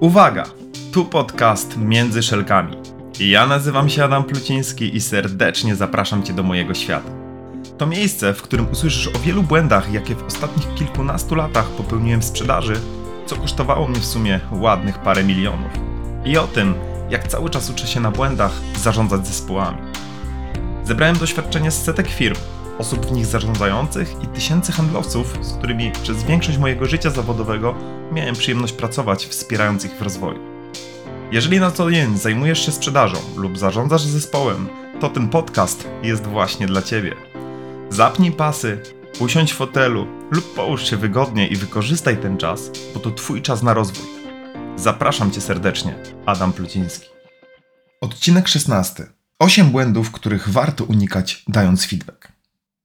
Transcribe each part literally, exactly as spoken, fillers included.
Uwaga! Tu podcast Między Szelkami. Ja nazywam się Adam Pluciński i serdecznie zapraszam Cię do mojego świata. To miejsce, w którym usłyszysz o wielu błędach, jakie w ostatnich kilkunastu latach popełniłem w sprzedaży, co kosztowało mnie w sumie ładnych parę milionów. I o tym, jak cały czas uczę się na błędach zarządzać zespołami. Zebrałem doświadczenie z setek firm, osób w nich zarządzających i tysięcy handlowców, z którymi przez większość mojego życia zawodowego miałem przyjemność pracować, wspierając ich w rozwoju. Jeżeli na co dzień zajmujesz się sprzedażą lub zarządzasz zespołem, to ten podcast jest właśnie dla Ciebie. Zapnij pasy, usiądź w fotelu lub połóż się wygodnie i wykorzystaj ten czas, bo to Twój czas na rozwój. Zapraszam Cię serdecznie, Adam Pluciński. Odcinek szesnasty. osiem błędów, których warto unikać, dając feedback.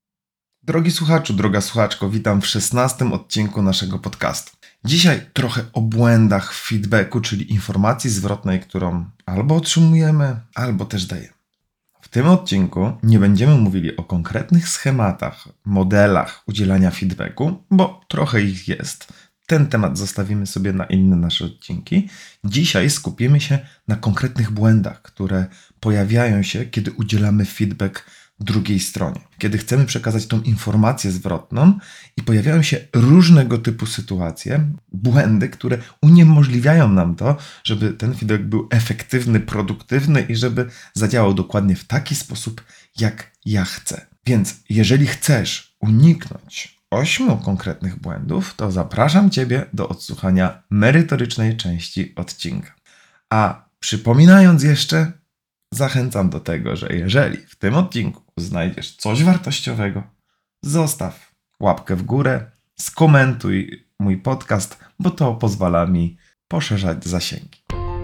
Drogi słuchaczu, droga słuchaczko, witam w szesnastym odcinku naszego podcastu. Dzisiaj trochę o błędach w feedbacku, czyli informacji zwrotnej, którą albo otrzymujemy, albo też dajemy. W tym odcinku nie będziemy mówili o konkretnych schematach, modelach udzielania feedbacku, bo trochę ich jest. Ten temat zostawimy sobie na inne nasze odcinki. Dzisiaj skupimy się na konkretnych błędach, które pojawiają się, kiedy udzielamy feedback drugiej stronie. Kiedy chcemy przekazać tą informację zwrotną i pojawiają się różnego typu sytuacje, błędy, które uniemożliwiają nam to, żeby ten feedback był efektywny, produktywny i żeby zadziałał dokładnie w taki sposób, jak ja chcę. Więc jeżeli chcesz uniknąć ośmiu konkretnych błędów, to zapraszam Ciebie do odsłuchania merytorycznej części odcinka. A przypominając jeszcze, zachęcam do tego, że jeżeli w tym odcinku znajdziesz coś wartościowego, zostaw łapkę w górę, skomentuj mój podcast, bo to pozwala mi poszerzać zasięgi.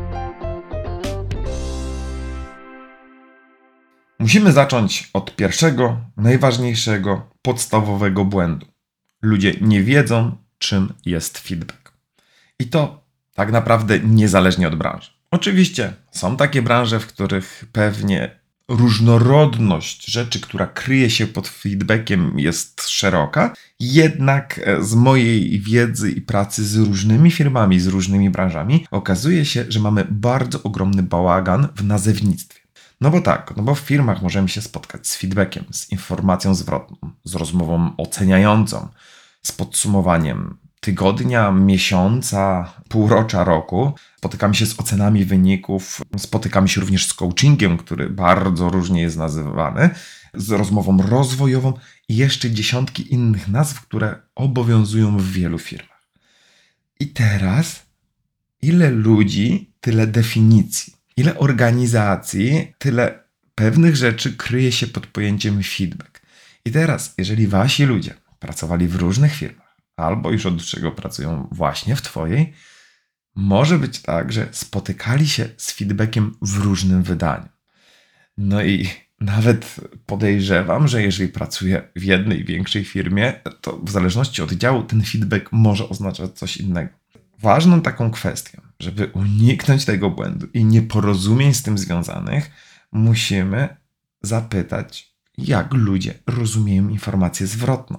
Musimy zacząć od pierwszego, najważniejszego, podstawowego błędu. Ludzie nie wiedzą, czym jest feedback. I to tak naprawdę niezależnie od branży. Oczywiście są takie branże, w których pewnie różnorodność rzeczy, która kryje się pod feedbackiem, jest szeroka. Jednak z mojej wiedzy i pracy z różnymi firmami, z różnymi branżami okazuje się, że mamy bardzo ogromny bałagan w nazewnictwie. No bo tak, no bo w firmach możemy się spotkać z feedbackiem, z informacją zwrotną, z rozmową oceniającą, z podsumowaniem tygodnia, miesiąca, półrocza, roku. Spotykamy się z ocenami wyników, spotykamy się również z coachingiem, który bardzo różnie jest nazywany, z rozmową rozwojową i jeszcze dziesiątki innych nazw, które obowiązują w wielu firmach. I teraz ile ludzi, tyle definicji, ile organizacji, tyle pewnych rzeczy kryje się pod pojęciem feedback. I teraz, jeżeli wasi ludzie pracowali w różnych firmach, albo już od dłuższego pracują właśnie w Twojej, może być tak, że spotykali się z feedbackiem w różnym wydaniu. No i nawet podejrzewam, że jeżeli pracuję w jednej większej firmie, to w zależności od działu ten feedback może oznaczać coś innego. Ważną taką kwestią, żeby uniknąć tego błędu i nieporozumień z tym związanych, musimy zapytać, jak ludzie rozumieją informację zwrotną.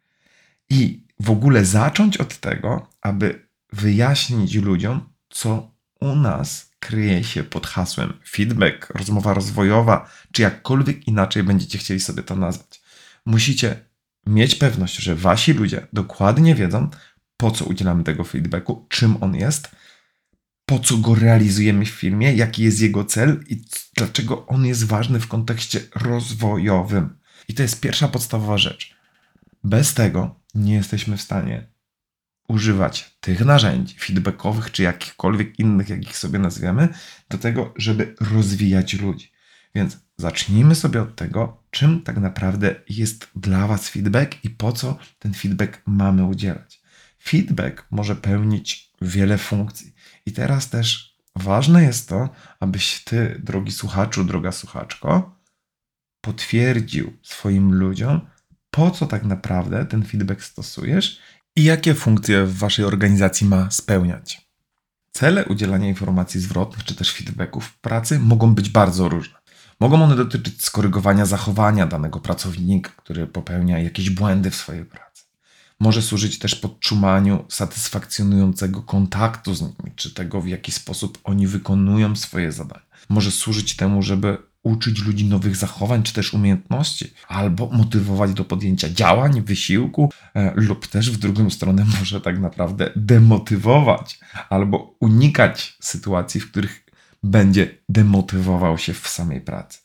I w ogóle zacząć od tego, aby wyjaśnić ludziom, co u nas kryje się pod hasłem feedback, rozmowa rozwojowa, czy jakkolwiek inaczej będziecie chcieli sobie to nazwać. Musicie mieć pewność, że wasi ludzie dokładnie wiedzą, po co udzielamy tego feedbacku, czym on jest, po co go realizujemy w firmie, jaki jest jego cel i dlaczego on jest ważny w kontekście rozwojowym. I to jest pierwsza podstawowa rzecz. Bez tego nie jesteśmy w stanie używać tych narzędzi feedbackowych, czy jakichkolwiek innych, jakich sobie nazwiemy, do tego, żeby rozwijać ludzi. Więc zacznijmy sobie od tego, czym tak naprawdę jest dla Was feedback i po co ten feedback mamy udzielać. Feedback może pełnić wiele funkcji. I teraz też ważne jest to, abyś Ty, drogi słuchaczu, droga słuchaczko, potwierdził swoim ludziom, po co tak naprawdę ten feedback stosujesz i jakie funkcje w Waszej organizacji ma spełniać. Cele udzielania informacji zwrotnych czy też feedbacków w pracy mogą być bardzo różne. Mogą one dotyczyć skorygowania zachowania danego pracownika, który popełnia jakieś błędy w swojej pracy. Może służyć też podtrzymaniu satysfakcjonującego kontaktu z nimi, czy tego, w jaki sposób oni wykonują swoje zadania. Może służyć temu, żeby uczyć ludzi nowych zachowań, czy też umiejętności, albo motywować do podjęcia działań, wysiłku, e, lub też w drugą stronę może tak naprawdę demotywować, albo unikać sytuacji, w których będzie demotywował się w samej pracy.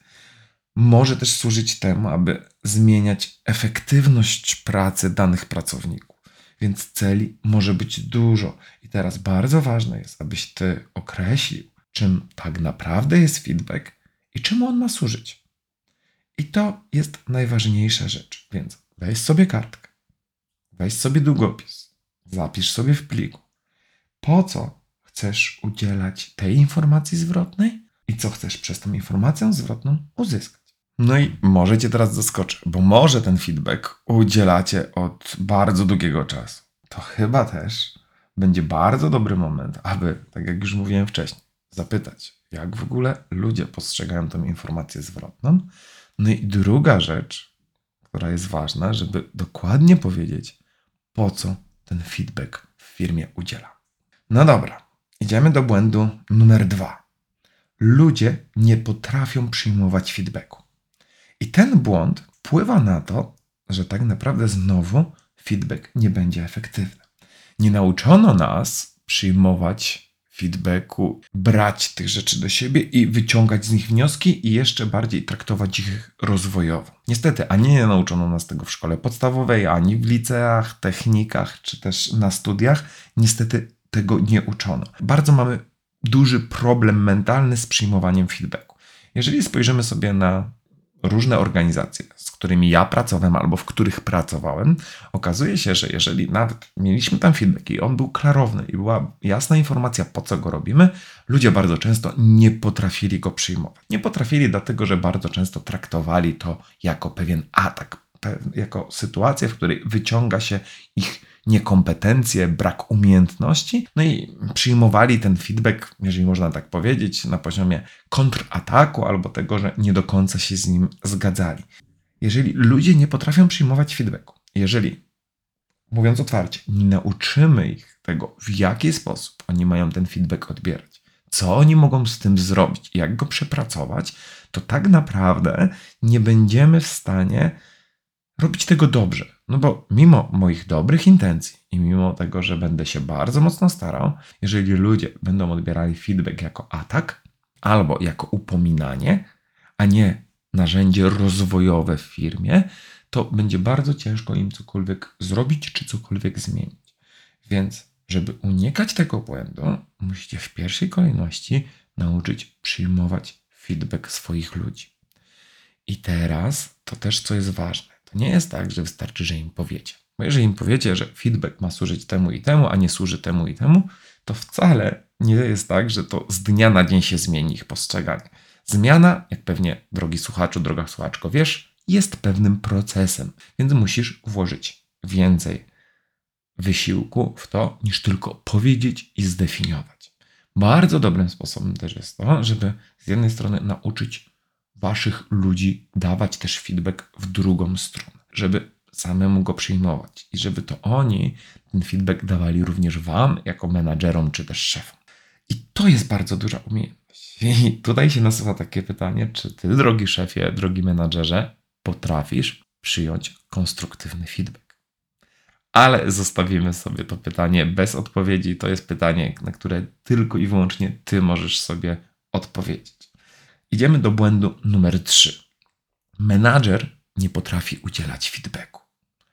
Może też służyć temu, aby zmieniać efektywność pracy danych pracowników. Więc celi może być dużo. I teraz bardzo ważne jest, abyś ty określił, czym tak naprawdę jest feedback i czemu on ma służyć. I to jest najważniejsza rzecz. Więc weź sobie kartkę, weź sobie długopis, zapisz sobie w pliku, po co chcesz udzielać tej informacji zwrotnej i co chcesz przez tą informację zwrotną uzyskać. No i może cię teraz zaskoczę, bo może ten feedback udzielacie od bardzo długiego czasu. To chyba też będzie bardzo dobry moment, aby, tak jak już mówiłem wcześniej, zapytać, jak w ogóle ludzie postrzegają tę informację zwrotną. No i druga rzecz, która jest ważna, żeby dokładnie powiedzieć, po co ten feedback w firmie udziela. No dobra, idziemy do błędu numer dwa. Ludzie nie potrafią przyjmować feedbacku. I ten błąd wpływa na to, że tak naprawdę znowu feedback nie będzie efektywny. Nie nauczono nas przyjmować feedbacku, brać tych rzeczy do siebie i wyciągać z nich wnioski i jeszcze bardziej traktować ich rozwojowo. Niestety, ani nie nauczono nas tego w szkole podstawowej, ani w liceach, technikach, czy też na studiach. Niestety tego nie uczono. Bardzo mamy duży problem mentalny z przyjmowaniem feedbacku. Jeżeli spojrzymy sobie na różne organizacje, z którymi ja pracowałem albo w których pracowałem, okazuje się, że jeżeli nawet mieliśmy tam feedback i on był klarowny i była jasna informacja, po co go robimy, ludzie bardzo często nie potrafili go przyjmować. Nie potrafili dlatego, że bardzo często traktowali to jako pewien atak, jako sytuację, w której wyciąga się ich niekompetencje, brak umiejętności, no i przyjmowali ten feedback, jeżeli można tak powiedzieć, na poziomie kontrataku albo tego, że nie do końca się z nim zgadzali. Jeżeli ludzie nie potrafią przyjmować feedbacku, jeżeli, mówiąc otwarcie, nie nauczymy ich tego, w jaki sposób oni mają ten feedback odbierać, co oni mogą z tym zrobić i jak go przepracować, to tak naprawdę nie będziemy w stanie robić tego dobrze. No bo mimo moich dobrych intencji i mimo tego, że będę się bardzo mocno starał, jeżeli ludzie będą odbierali feedback jako atak albo jako upominanie, a nie narzędzie rozwojowe w firmie, to będzie bardzo ciężko im cokolwiek zrobić czy cokolwiek zmienić. Więc żeby unikać tego błędu, musicie w pierwszej kolejności nauczyć przyjmować feedback swoich ludzi. I teraz to też, co jest ważne. To nie jest tak, że wystarczy, że im powiecie. Bo jeżeli im powiecie, że feedback ma służyć temu i temu, a nie służy temu i temu, to wcale nie jest tak, że to z dnia na dzień się zmieni ich postrzeganie. Zmiana, jak pewnie drogi słuchaczu, droga słuchaczko wiesz, jest pewnym procesem, więc musisz włożyć więcej wysiłku w to, niż tylko powiedzieć i zdefiniować. Bardzo dobrym sposobem też jest to, żeby z jednej strony nauczyć waszych ludzi dawać też feedback w drugą stronę, żeby samemu go przyjmować i żeby to oni ten feedback dawali również wam, jako menadżerom czy też szefom. I to jest bardzo duża umiejętność. I tutaj się nasuwa takie pytanie, czy ty, drogi szefie, drogi menadżerze, potrafisz przyjąć konstruktywny feedback? Ale zostawimy sobie to pytanie bez odpowiedzi. To jest pytanie, na które tylko i wyłącznie ty możesz sobie odpowiedzieć. Idziemy do błędu numer trzy. Menadżer nie potrafi udzielać feedbacku.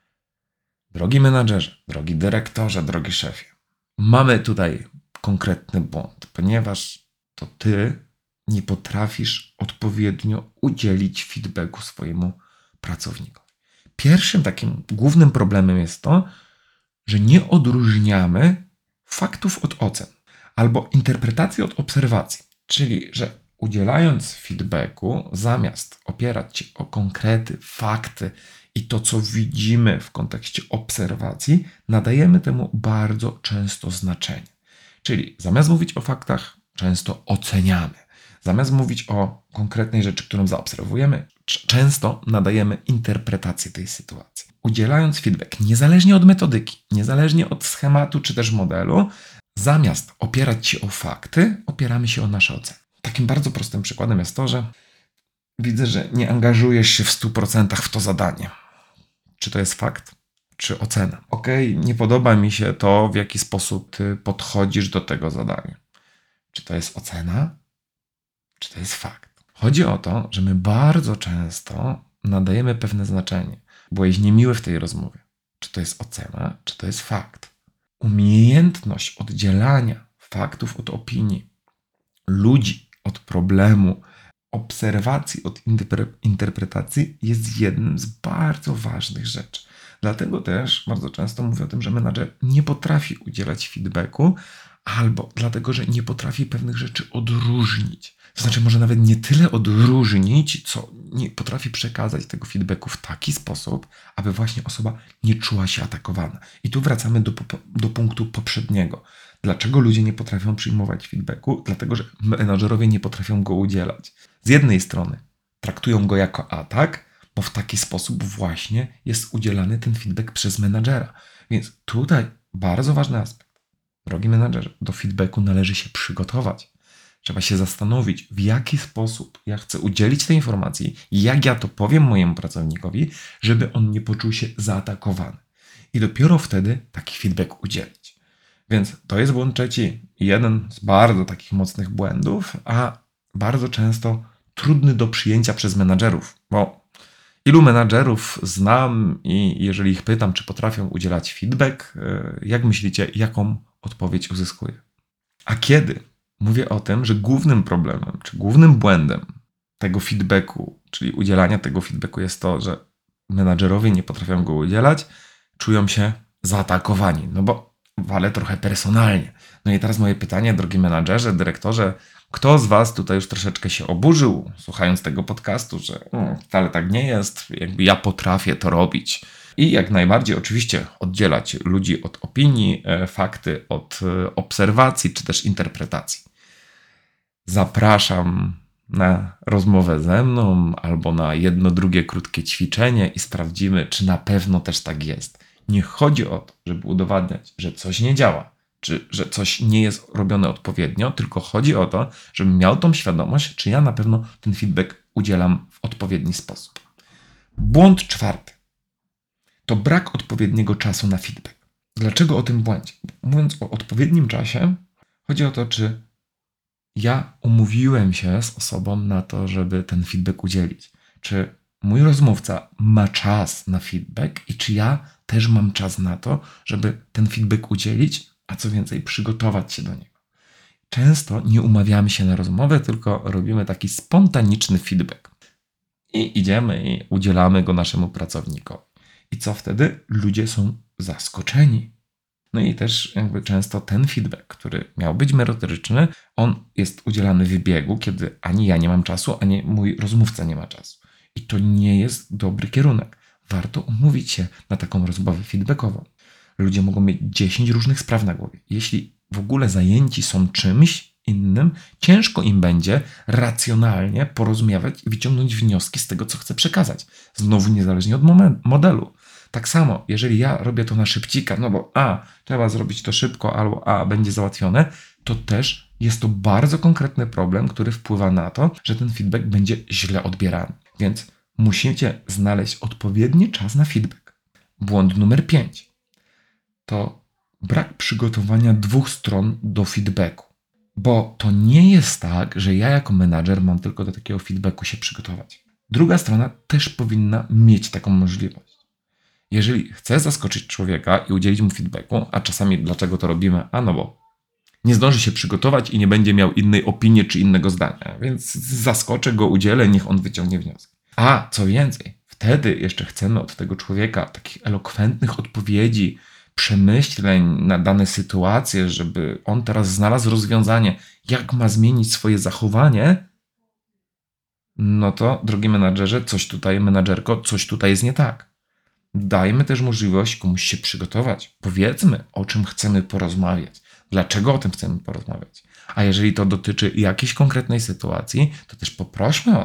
Drogi menadżerze, drogi dyrektorze, drogi szefie, mamy tutaj konkretny błąd, ponieważ to ty nie potrafisz odpowiednio udzielić feedbacku swojemu pracownikowi. Pierwszym takim głównym problemem jest to, że nie odróżniamy faktów od ocen albo interpretacji od obserwacji, czyli że udzielając feedbacku, zamiast opierać się o konkrety, fakty i to, co widzimy w kontekście obserwacji, nadajemy temu bardzo często znaczenie. Czyli zamiast mówić o faktach, często oceniamy. Zamiast mówić o konkretnej rzeczy, którą zaobserwujemy, często nadajemy interpretację tej sytuacji. Udzielając feedback, niezależnie od metodyki, niezależnie od schematu czy też modelu, zamiast opierać się o fakty, opieramy się o nasze oceny. Takim bardzo prostym przykładem jest to, że widzę, że nie angażujesz się w stu procentach w to zadanie. Czy to jest fakt, czy ocena? Okej, nie podoba mi się to, w jaki sposób ty podchodzisz do tego zadania. Czy to jest ocena, czy to jest fakt? Chodzi o to, że my bardzo często nadajemy pewne znaczenie. Byłeś niemiły w tej rozmowie. Czy to jest ocena, czy to jest fakt? Umiejętność oddzielania faktów od opinii, ludzi od problemu, obserwacji od interpre- interpretacji jest jednym z bardzo ważnych rzeczy. Dlatego też bardzo często mówię o tym, że menadżer nie potrafi udzielać feedbacku, albo dlatego, że nie potrafi pewnych rzeczy odróżnić. To znaczy może nawet nie tyle odróżnić, co nie potrafi przekazać tego feedbacku w taki sposób, aby właśnie osoba nie czuła się atakowana. I tu wracamy do, do punktu poprzedniego. Dlaczego ludzie nie potrafią przyjmować feedbacku? Dlatego, że menadżerowie nie potrafią go udzielać. Z jednej strony traktują go jako atak, bo w taki sposób właśnie jest udzielany ten feedback przez menadżera. Więc tutaj bardzo ważny aspekt. Drogi menadżerze, do feedbacku należy się przygotować. Trzeba się zastanowić, w jaki sposób ja chcę udzielić tej informacji, jak ja to powiem mojemu pracownikowi, żeby on nie poczuł się zaatakowany. I dopiero wtedy taki feedback udzielić. Więc to jest błąd trzeci, jeden z bardzo takich mocnych błędów, a bardzo często trudny do przyjęcia przez menadżerów, bo ilu menadżerów znam i jeżeli ich pytam, czy potrafią udzielać feedback, jak myślicie, jaką odpowiedź uzyskuję? A kiedy mówię o tym, że głównym problemem, czy głównym błędem tego feedbacku, czyli udzielania tego feedbacku jest to, że menadżerowie nie potrafią go udzielać, czują się zaatakowani, no bo walę trochę personalnie. No i teraz moje pytanie, drogi menadżerze, dyrektorze, kto z was tutaj już troszeczkę się oburzył, słuchając tego podcastu, że no, wcale tak nie jest, jakby ja potrafię to robić. I jak najbardziej oczywiście oddzielać ludzi od opinii, e, fakty od e, obserwacji, czy też interpretacji. Zapraszam na rozmowę ze mną albo na jedno, drugie krótkie ćwiczenie i sprawdzimy, czy na pewno też tak jest. Nie chodzi o to, żeby udowadniać, że coś nie działa, czy że coś nie jest robione odpowiednio, tylko chodzi o to, żebym miał tą świadomość, czy ja na pewno ten feedback udzielam w odpowiedni sposób. Błąd czwarty to brak odpowiedniego czasu na feedback. Dlaczego o tym błędzie? Mówiąc o odpowiednim czasie, chodzi o to, czy ja umówiłem się z osobą na to, żeby ten feedback udzielić. Czy mój rozmówca ma czas na feedback i czy ja też mam czas na to, żeby ten feedback udzielić, a co więcej, przygotować się do niego. Często nie umawiamy się na rozmowę, tylko robimy taki spontaniczny feedback. I idziemy i udzielamy go naszemu pracownikowi. I co wtedy? Ludzie są zaskoczeni. No i też jakby często ten feedback, który miał być merytoryczny, on jest udzielany w biegu, kiedy ani ja nie mam czasu, ani mój rozmówca nie ma czasu. I to nie jest dobry kierunek. Warto umówić się na taką rozmowę feedbackową. Ludzie mogą mieć dziesięć różnych spraw na głowie. Jeśli w ogóle zajęci są czymś innym, ciężko im będzie racjonalnie porozmawiać i wyciągnąć wnioski z tego, co chcę przekazać. Znowu niezależnie od moment, modelu. Tak samo, jeżeli ja robię to na szybcika, no bo a, trzeba zrobić to szybko, albo a, będzie załatwione, to też jest to bardzo konkretny problem, który wpływa na to, że ten feedback będzie źle odbierany. Więc musicie znaleźć odpowiedni czas na feedback. Błąd numer pięć to brak przygotowania dwóch stron do feedbacku. Bo to nie jest tak, że ja jako menadżer mam tylko do takiego feedbacku się przygotować. Druga strona też powinna mieć taką możliwość. Jeżeli chcę zaskoczyć człowieka i udzielić mu feedbacku, a czasami dlaczego to robimy? A no bo nie zdąży się przygotować i nie będzie miał innej opinii czy innego zdania, więc zaskoczę go, udzielę, niech on wyciągnie wnioski. A co więcej, wtedy jeszcze chcemy od tego człowieka takich elokwentnych odpowiedzi, przemyśleń na dane sytuacje, żeby on teraz znalazł rozwiązanie, jak ma zmienić swoje zachowanie, no to, drogi menadżerze, coś tutaj, menadżerko, coś tutaj jest nie tak. Dajmy też możliwość komuś się przygotować. Powiedzmy, o czym chcemy porozmawiać. Dlaczego o tym chcemy porozmawiać? A jeżeli to dotyczy jakiejś konkretnej sytuacji, to też poprośmy o to,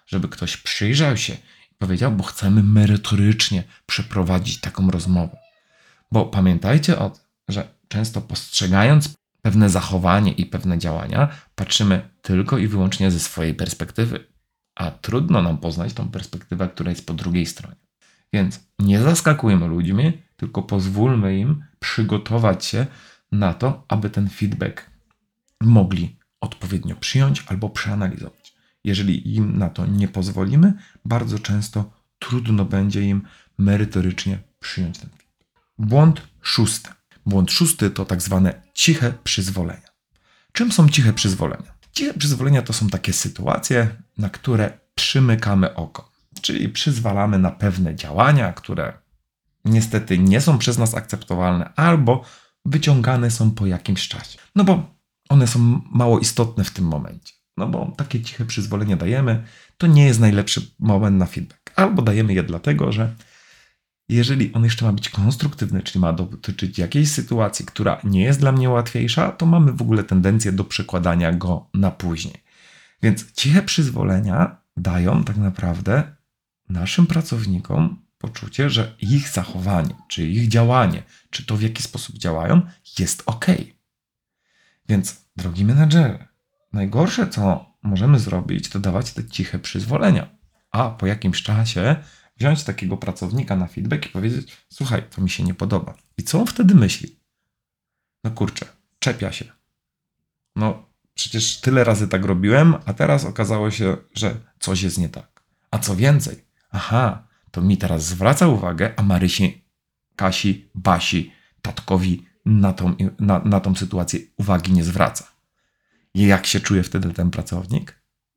żeby ktoś przyjrzał się i powiedział, bo chcemy merytorycznie przeprowadzić taką rozmowę. Bo pamiętajcie o tym, że często postrzegając pewne zachowanie i pewne działania, patrzymy tylko i wyłącznie ze swojej perspektywy, a trudno nam poznać tą perspektywę, która jest po drugiej stronie. Więc nie zaskakujmy ludźmi, tylko pozwólmy im przygotować się na to, aby ten feedback mogli odpowiednio przyjąć albo przeanalizować. Jeżeli im na to nie pozwolimy, bardzo często trudno będzie im merytorycznie przyjąć ten feedback. Błąd szósty. Błąd szósty to tak zwane ciche przyzwolenia. Czym są ciche przyzwolenia? Ciche przyzwolenia to są takie sytuacje, na które przymykamy oko. Czyli przyzwalamy na pewne działania, które niestety nie są przez nas akceptowalne albo wyciągane są po jakimś czasie. No bo one są mało istotne w tym momencie. No bo takie ciche przyzwolenie dajemy, to nie jest najlepszy moment na feedback. Albo dajemy je dlatego, że jeżeli on jeszcze ma być konstruktywny, czyli ma dotyczyć jakiejś sytuacji, która nie jest dla mnie łatwiejsza, to mamy w ogóle tendencję do przekładania go na później. Więc ciche przyzwolenia dają tak naprawdę naszym pracownikom poczucie, że ich zachowanie, czy ich działanie, czy to w jaki sposób działają, jest ok. Więc, drogi menadżerzy, najgorsze, co możemy zrobić, to dawać te ciche przyzwolenia, a po jakimś czasie wziąć takiego pracownika na feedback i powiedzieć: słuchaj, to mi się nie podoba. I co on wtedy myśli? No kurczę, czepia się. No przecież tyle razy tak robiłem, a teraz okazało się, że coś jest nie tak. A co więcej, aha, to mi teraz zwraca uwagę, a Marysi, Kasi, Basi, tatkowi na tą, na, na tą sytuację uwagi nie zwraca. I jak się czuje wtedy ten pracownik?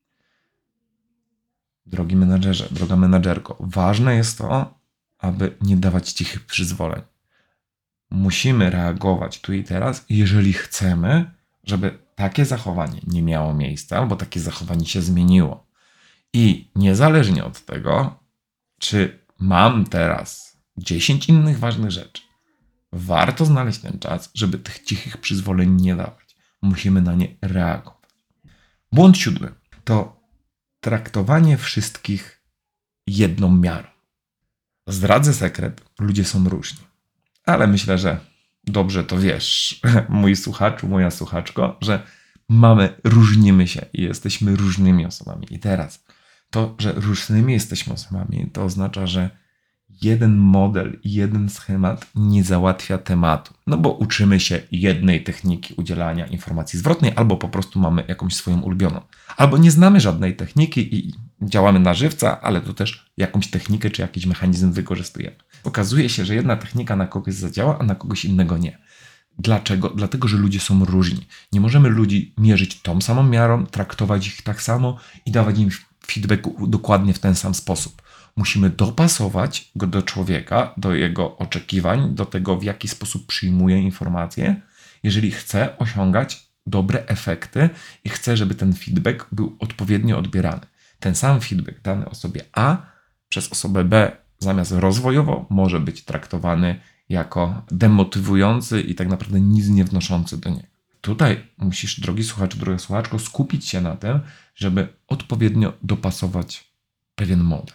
Drogi menadżerze, droga menadżerko, ważne jest to, aby nie dawać cichych przyzwoleń. Musimy reagować tu i teraz, jeżeli chcemy, żeby takie zachowanie nie miało miejsca, albo takie zachowanie się zmieniło. I niezależnie od tego, czy mam teraz dziesięć innych ważnych rzeczy, warto znaleźć ten czas, żeby tych cichych przyzwoleń nie dawać. Musimy na nie reagować. Błąd siódmy to traktowanie wszystkich jedną miarą. Zdradzę sekret, ludzie są różni. Ale myślę, że dobrze to wiesz, mój słuchaczu, moja słuchaczko, że mamy, różnimy się i jesteśmy różnymi osobami. I teraz to, że różnymi jesteśmy osobami, to oznacza, że jeden model i jeden schemat nie załatwia tematu. No bo uczymy się jednej techniki udzielania informacji zwrotnej, albo po prostu mamy jakąś swoją ulubioną. Albo nie znamy żadnej techniki i działamy na żywca, ale to też jakąś technikę czy jakiś mechanizm wykorzystujemy. Okazuje się, że jedna technika na kogoś zadziała, a na kogoś innego nie. Dlaczego? Dlatego, że ludzie są różni. Nie możemy ludzi mierzyć tą samą miarą, traktować ich tak samo i dawać im feedback dokładnie w ten sam sposób. Musimy dopasować go do człowieka, do jego oczekiwań, do tego, w jaki sposób przyjmuje informacje, jeżeli chce osiągać dobre efekty i chce, żeby ten feedback był odpowiednio odbierany. Ten sam feedback dany osobie A przez osobę B zamiast rozwojowo może być traktowany jako demotywujący i tak naprawdę nic nie wnoszący do niego. Tutaj musisz, drogi słuchacz, droga słuchaczko, skupić się na tym, żeby odpowiednio dopasować pewien model.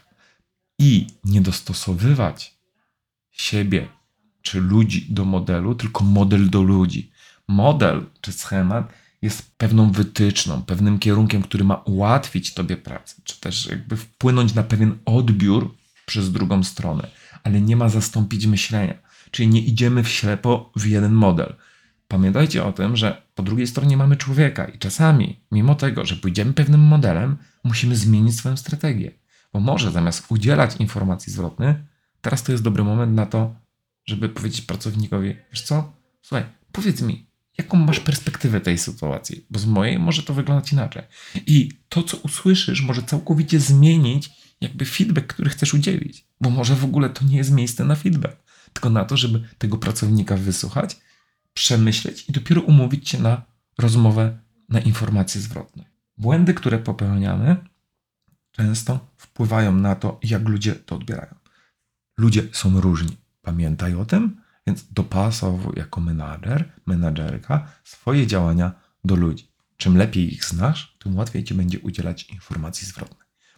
I nie dostosowywać siebie czy ludzi do modelu, tylko model do ludzi. Model czy schemat jest pewną wytyczną, pewnym kierunkiem, który ma ułatwić tobie pracę, czy też jakby wpłynąć na pewien odbiór przez drugą stronę, ale nie ma zastąpić myślenia. Czyli nie idziemy w ślepo w jeden model. Pamiętajcie o tym, że po drugiej stronie mamy człowieka i czasami, mimo tego, że pójdziemy pewnym modelem, musimy zmienić swoją strategię. Bo może zamiast udzielać informacji zwrotnych, teraz to jest dobry moment na to, żeby powiedzieć pracownikowi: wiesz co, słuchaj, powiedz mi, jaką masz perspektywę tej sytuacji, bo z mojej może to wyglądać inaczej. I to, co usłyszysz, może całkowicie zmienić jakby feedback, który chcesz udzielić, bo może w ogóle to nie jest miejsce na feedback, tylko na to, żeby tego pracownika wysłuchać, przemyśleć i dopiero umówić się na rozmowę, na informacje zwrotne. Błędy, które popełniamy, często wpływają na to, jak ludzie to odbierają. Ludzie są różni. Pamiętaj o tym, więc dopasowuj jako menadżer, menadżerka swoje działania do ludzi. Czym lepiej ich znasz, tym łatwiej ci będzie udzielać informacji zwrotnej.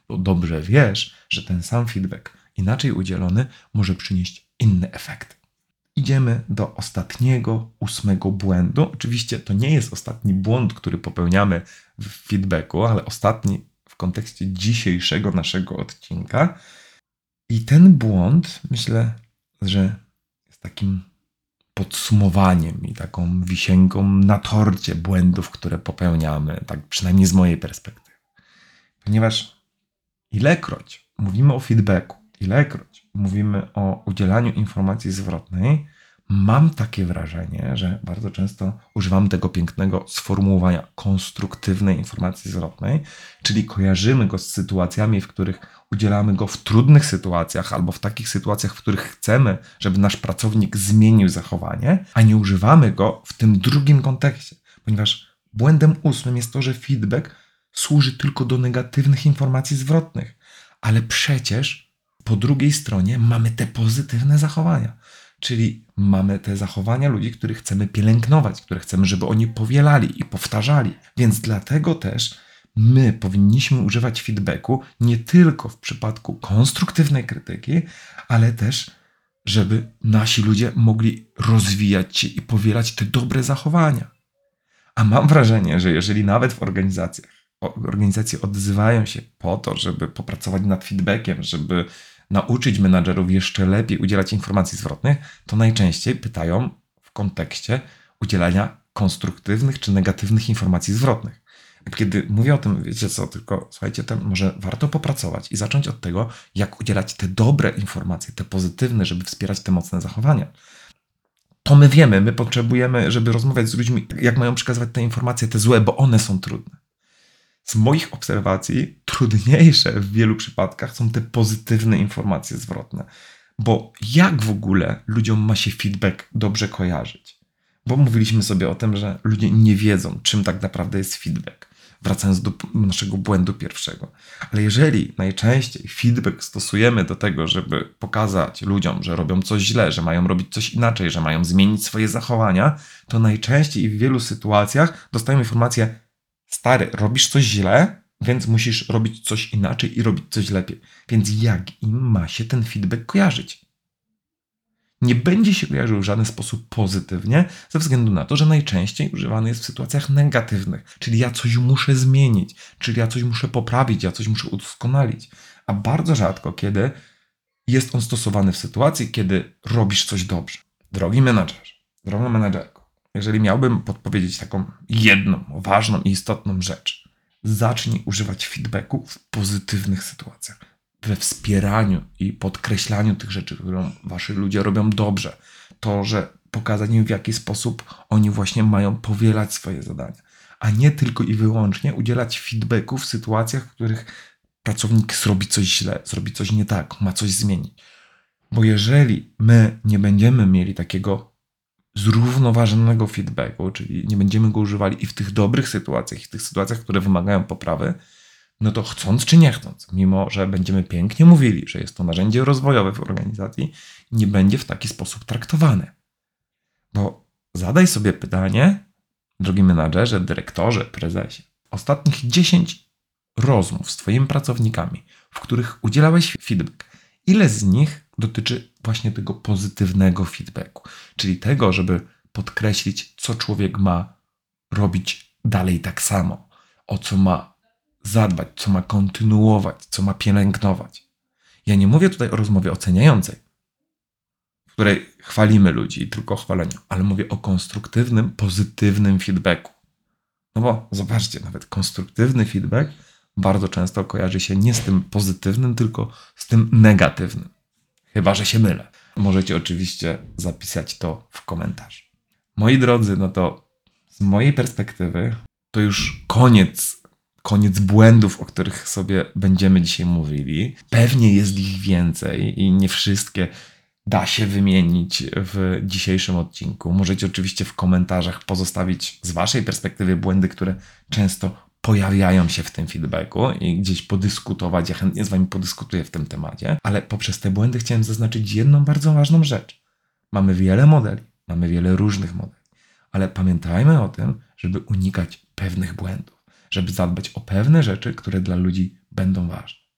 bo dobrze wiesz, że ten sam feedback inaczej udzielony może przynieść inny efekt. Idziemy do ostatniego, ósmego błędu. Oczywiście to nie jest ostatni błąd, który popełniamy w feedbacku, ale ostatni w kontekście dzisiejszego naszego odcinka. I ten błąd, myślę, że jest takim podsumowaniem i taką wisienką na torcie błędów, które popełniamy, tak przynajmniej z mojej perspektywy. Ponieważ ilekroć mówimy o feedbacku, ilekroć mówimy o udzielaniu informacji zwrotnej, mam takie wrażenie, że bardzo często używam tego pięknego sformułowania konstruktywnej informacji zwrotnej, czyli kojarzymy go z sytuacjami, w których udzielamy go w trudnych sytuacjach albo w takich sytuacjach, w których chcemy, żeby nasz pracownik zmienił zachowanie, a nie używamy go w tym drugim kontekście, ponieważ błędem ósmym jest to, że feedback służy tylko do negatywnych informacji zwrotnych, ale przecież po drugiej stronie mamy te pozytywne zachowania. Czyli mamy te zachowania ludzi, których chcemy pielęgnować, które chcemy, żeby oni powielali i powtarzali. Więc dlatego też my powinniśmy używać feedbacku nie tylko w przypadku konstruktywnej krytyki, ale też, żeby nasi ludzie mogli rozwijać się i powielać te dobre zachowania. A mam wrażenie, że jeżeli nawet w organizacjach, organizacje odzywają się po to, żeby popracować nad feedbackiem, żeby nauczyć menadżerów jeszcze lepiej udzielać informacji zwrotnych, to najczęściej pytają w kontekście udzielania konstruktywnych czy negatywnych informacji zwrotnych. Kiedy mówię o tym, wiecie co, tylko słuchajcie, to może warto popracować i zacząć od tego, jak udzielać te dobre informacje, te pozytywne, żeby wspierać te mocne zachowania. To my wiemy, my potrzebujemy, żeby rozmawiać z ludźmi, jak mają przekazywać te informacje, te złe, bo one są trudne. Z moich obserwacji trudniejsze w wielu przypadkach są te pozytywne informacje zwrotne. Bo jak w ogóle ludziom ma się feedback dobrze kojarzyć? Bo mówiliśmy sobie o tym, że ludzie nie wiedzą, czym tak naprawdę jest feedback. Wracając do naszego błędu pierwszego. Ale jeżeli najczęściej feedback stosujemy do tego, żeby pokazać ludziom, że robią coś źle, że mają robić coś inaczej, że mają zmienić swoje zachowania, to najczęściej i w wielu sytuacjach dostajemy informację: stary, robisz coś źle, więc musisz robić coś inaczej i robić coś lepiej. Więc jak im ma się ten feedback kojarzyć? Nie będzie się kojarzył w żaden sposób pozytywnie, ze względu na to, że najczęściej używany jest w sytuacjach negatywnych. Czyli ja coś muszę zmienić, czyli ja coś muszę poprawić, ja coś muszę udoskonalić. A bardzo rzadko, kiedy jest on stosowany w sytuacji, kiedy robisz coś dobrze. Drogi menadżerze, droga menadżerko, jeżeli miałbym podpowiedzieć taką jedną, ważną i istotną rzecz, zacznij używać feedbacku w pozytywnych sytuacjach, we wspieraniu i podkreślaniu tych rzeczy, które wasi ludzie robią dobrze. To, że pokazać im, w jaki sposób oni właśnie mają powielać swoje zadania, a nie tylko i wyłącznie udzielać feedbacku w sytuacjach, w których pracownik zrobi coś źle, zrobi coś nie tak, ma coś zmienić. Bo jeżeli my nie będziemy mieli takiego zrównoważonego feedbacku, czyli nie będziemy go używali i w tych dobrych sytuacjach, i w tych sytuacjach, które wymagają poprawy, no to chcąc czy nie chcąc, mimo że będziemy pięknie mówili, że jest to narzędzie rozwojowe w organizacji, nie będzie w taki sposób traktowane. Bo zadaj sobie pytanie, drogi menadżerze, dyrektorze, prezesie, ostatnich dziesięć rozmów z twoimi pracownikami, w których udzielałeś feedback, ile z nich dotyczy właśnie tego pozytywnego feedbacku, czyli tego, żeby podkreślić, co człowiek ma robić dalej tak samo, o co ma zadbać, co ma kontynuować, co ma pielęgnować. Ja nie mówię tutaj o rozmowie oceniającej, w której chwalimy ludzi i tylko o chwaleniu, ale mówię o konstruktywnym, pozytywnym feedbacku. No bo zobaczcie, nawet konstruktywny feedback bardzo często kojarzy się nie z tym pozytywnym, tylko z tym negatywnym. Chyba że się mylę. Możecie oczywiście zapisać to w komentarzu. Moi drodzy, no to z mojej perspektywy to już koniec Koniec błędów, o których sobie będziemy dzisiaj mówili. Pewnie jest ich więcej i nie wszystkie da się wymienić w dzisiejszym odcinku. Możecie oczywiście w komentarzach pozostawić z waszej perspektywy błędy, które często pojawiają się w tym feedbacku i gdzieś podyskutować. Ja chętnie z wami podyskutuję w tym temacie, ale poprzez te błędy chciałem zaznaczyć jedną bardzo ważną rzecz. Mamy wiele modeli, mamy wiele różnych modeli, ale pamiętajmy o tym, żeby unikać pewnych błędów, żeby zadbać o pewne rzeczy, które dla ludzi będą ważne.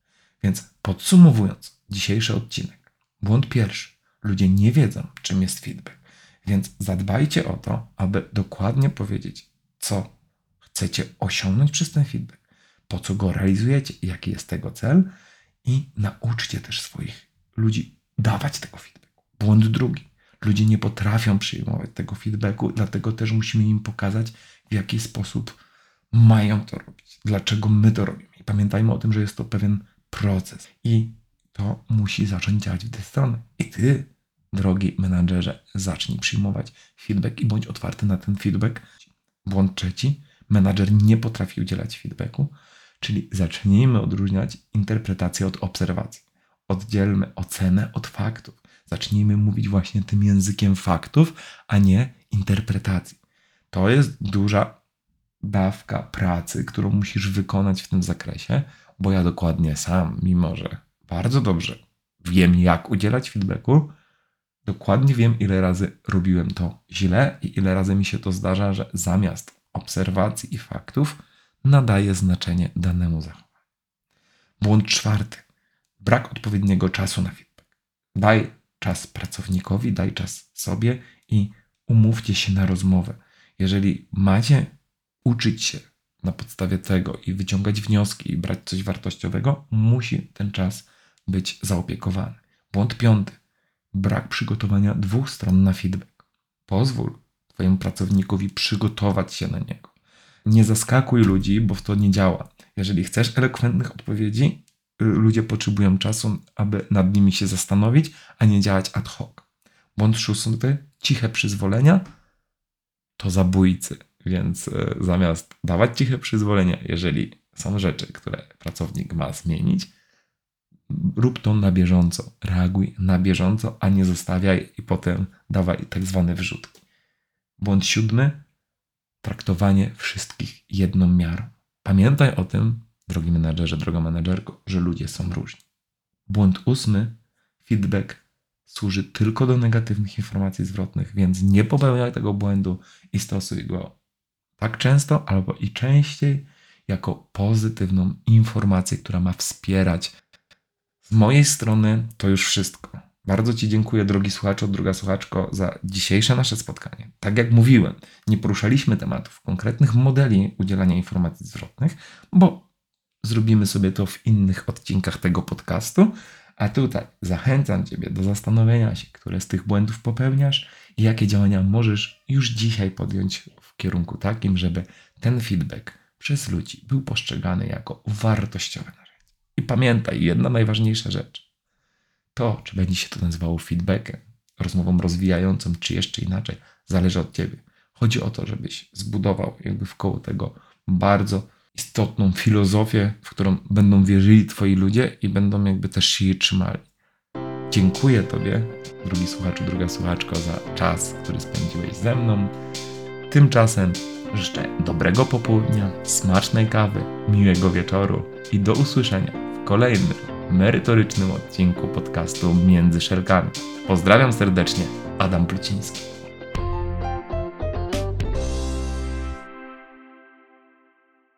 Więc podsumowując dzisiejszy odcinek, błąd pierwszy. Ludzie nie wiedzą, czym jest feedback. Więc zadbajcie o to, aby dokładnie powiedzieć, co chcecie osiągnąć przez ten feedback, po co go realizujecie i jaki jest tego cel i nauczcie też swoich ludzi dawać tego feedbacku. Błąd drugi. Ludzie nie potrafią przyjmować tego feedbacku, dlatego też musimy im pokazać, w jaki sposób mają to robić, dlaczego my to robimy. I pamiętajmy o tym, że jest to pewien proces i to musi zacząć działać w tę stronę. I ty, drogi menadżerze, zacznij przyjmować feedback i bądź otwarty na ten feedback. Błąd trzeci. Menadżer nie potrafi udzielać feedbacku, czyli zacznijmy odróżniać interpretację od obserwacji. Oddzielmy ocenę od faktów. Zacznijmy mówić właśnie tym językiem faktów, a nie interpretacji. To jest duża dawka pracy, którą musisz wykonać w tym zakresie, bo ja dokładnie sam, mimo że bardzo dobrze wiem, jak udzielać feedbacku, dokładnie wiem, ile razy robiłem to źle i ile razy mi się to zdarza, że zamiast obserwacji i faktów nadaję znaczenie danemu zachowaniu. Błąd czwarty. Brak odpowiedniego czasu na feedback. Daj czas pracownikowi, daj czas sobie i umówcie się na rozmowę. Jeżeli macie uczyć się na podstawie tego i wyciągać wnioski i brać coś wartościowego, musi ten czas być zaopiekowany. Błąd piąty. Brak przygotowania dwóch stron na feedback. Pozwól twojemu pracownikowi przygotować się na niego. Nie zaskakuj ludzi, bo w to nie działa. Jeżeli chcesz elokwentnych odpowiedzi, ludzie potrzebują czasu, aby nad nimi się zastanowić, a nie działać ad hoc. Błąd szósty. Ciche przyzwolenia to zabójcy. Więc zamiast dawać ciche przyzwolenia, jeżeli są rzeczy, które pracownik ma zmienić, rób to na bieżąco. Reaguj na bieżąco, a nie zostawiaj i potem dawaj tak zwane wrzutki. Błąd siódmy. Traktowanie wszystkich jedną miarą. Pamiętaj o tym, drogi menadżerze, droga menadżerko, że ludzie są różni. Błąd ósmy. Feedback służy tylko do negatywnych informacji zwrotnych, więc nie popełniaj tego błędu i stosuj go tak często albo i częściej jako pozytywną informację, która ma wspierać. Z mojej strony to już wszystko. Bardzo Ci dziękuję, drogi słuchaczu, droga słuchaczko, za dzisiejsze nasze spotkanie. Tak jak mówiłem, nie poruszaliśmy tematów konkretnych modeli udzielania informacji zwrotnych, bo zrobimy sobie to w innych odcinkach tego podcastu, a tutaj zachęcam Ciebie do zastanowienia się, które z tych błędów popełniasz i jakie działania możesz już dzisiaj podjąć w kierunku takim, żeby ten feedback przez ludzi był postrzegany jako wartościowe narzędzie. I pamiętaj, jedna najważniejsza rzecz. To, czy będzie się to nazywało feedbackiem, rozmową rozwijającą, czy jeszcze inaczej, zależy od Ciebie. Chodzi o to, żebyś zbudował jakby wkoło tego bardzo istotną filozofię, w którą będą wierzyli Twoi ludzie i będą jakby też się jej trzymali. Dziękuję Tobie, drogi słuchaczu, druga słuchaczko, za czas, który spędziłeś ze mną. Tymczasem życzę dobrego popołudnia, smacznej kawy, miłego wieczoru i do usłyszenia w kolejnym merytorycznym odcinku podcastu Między Szelkami. Pozdrawiam serdecznie, Adam Pluciński.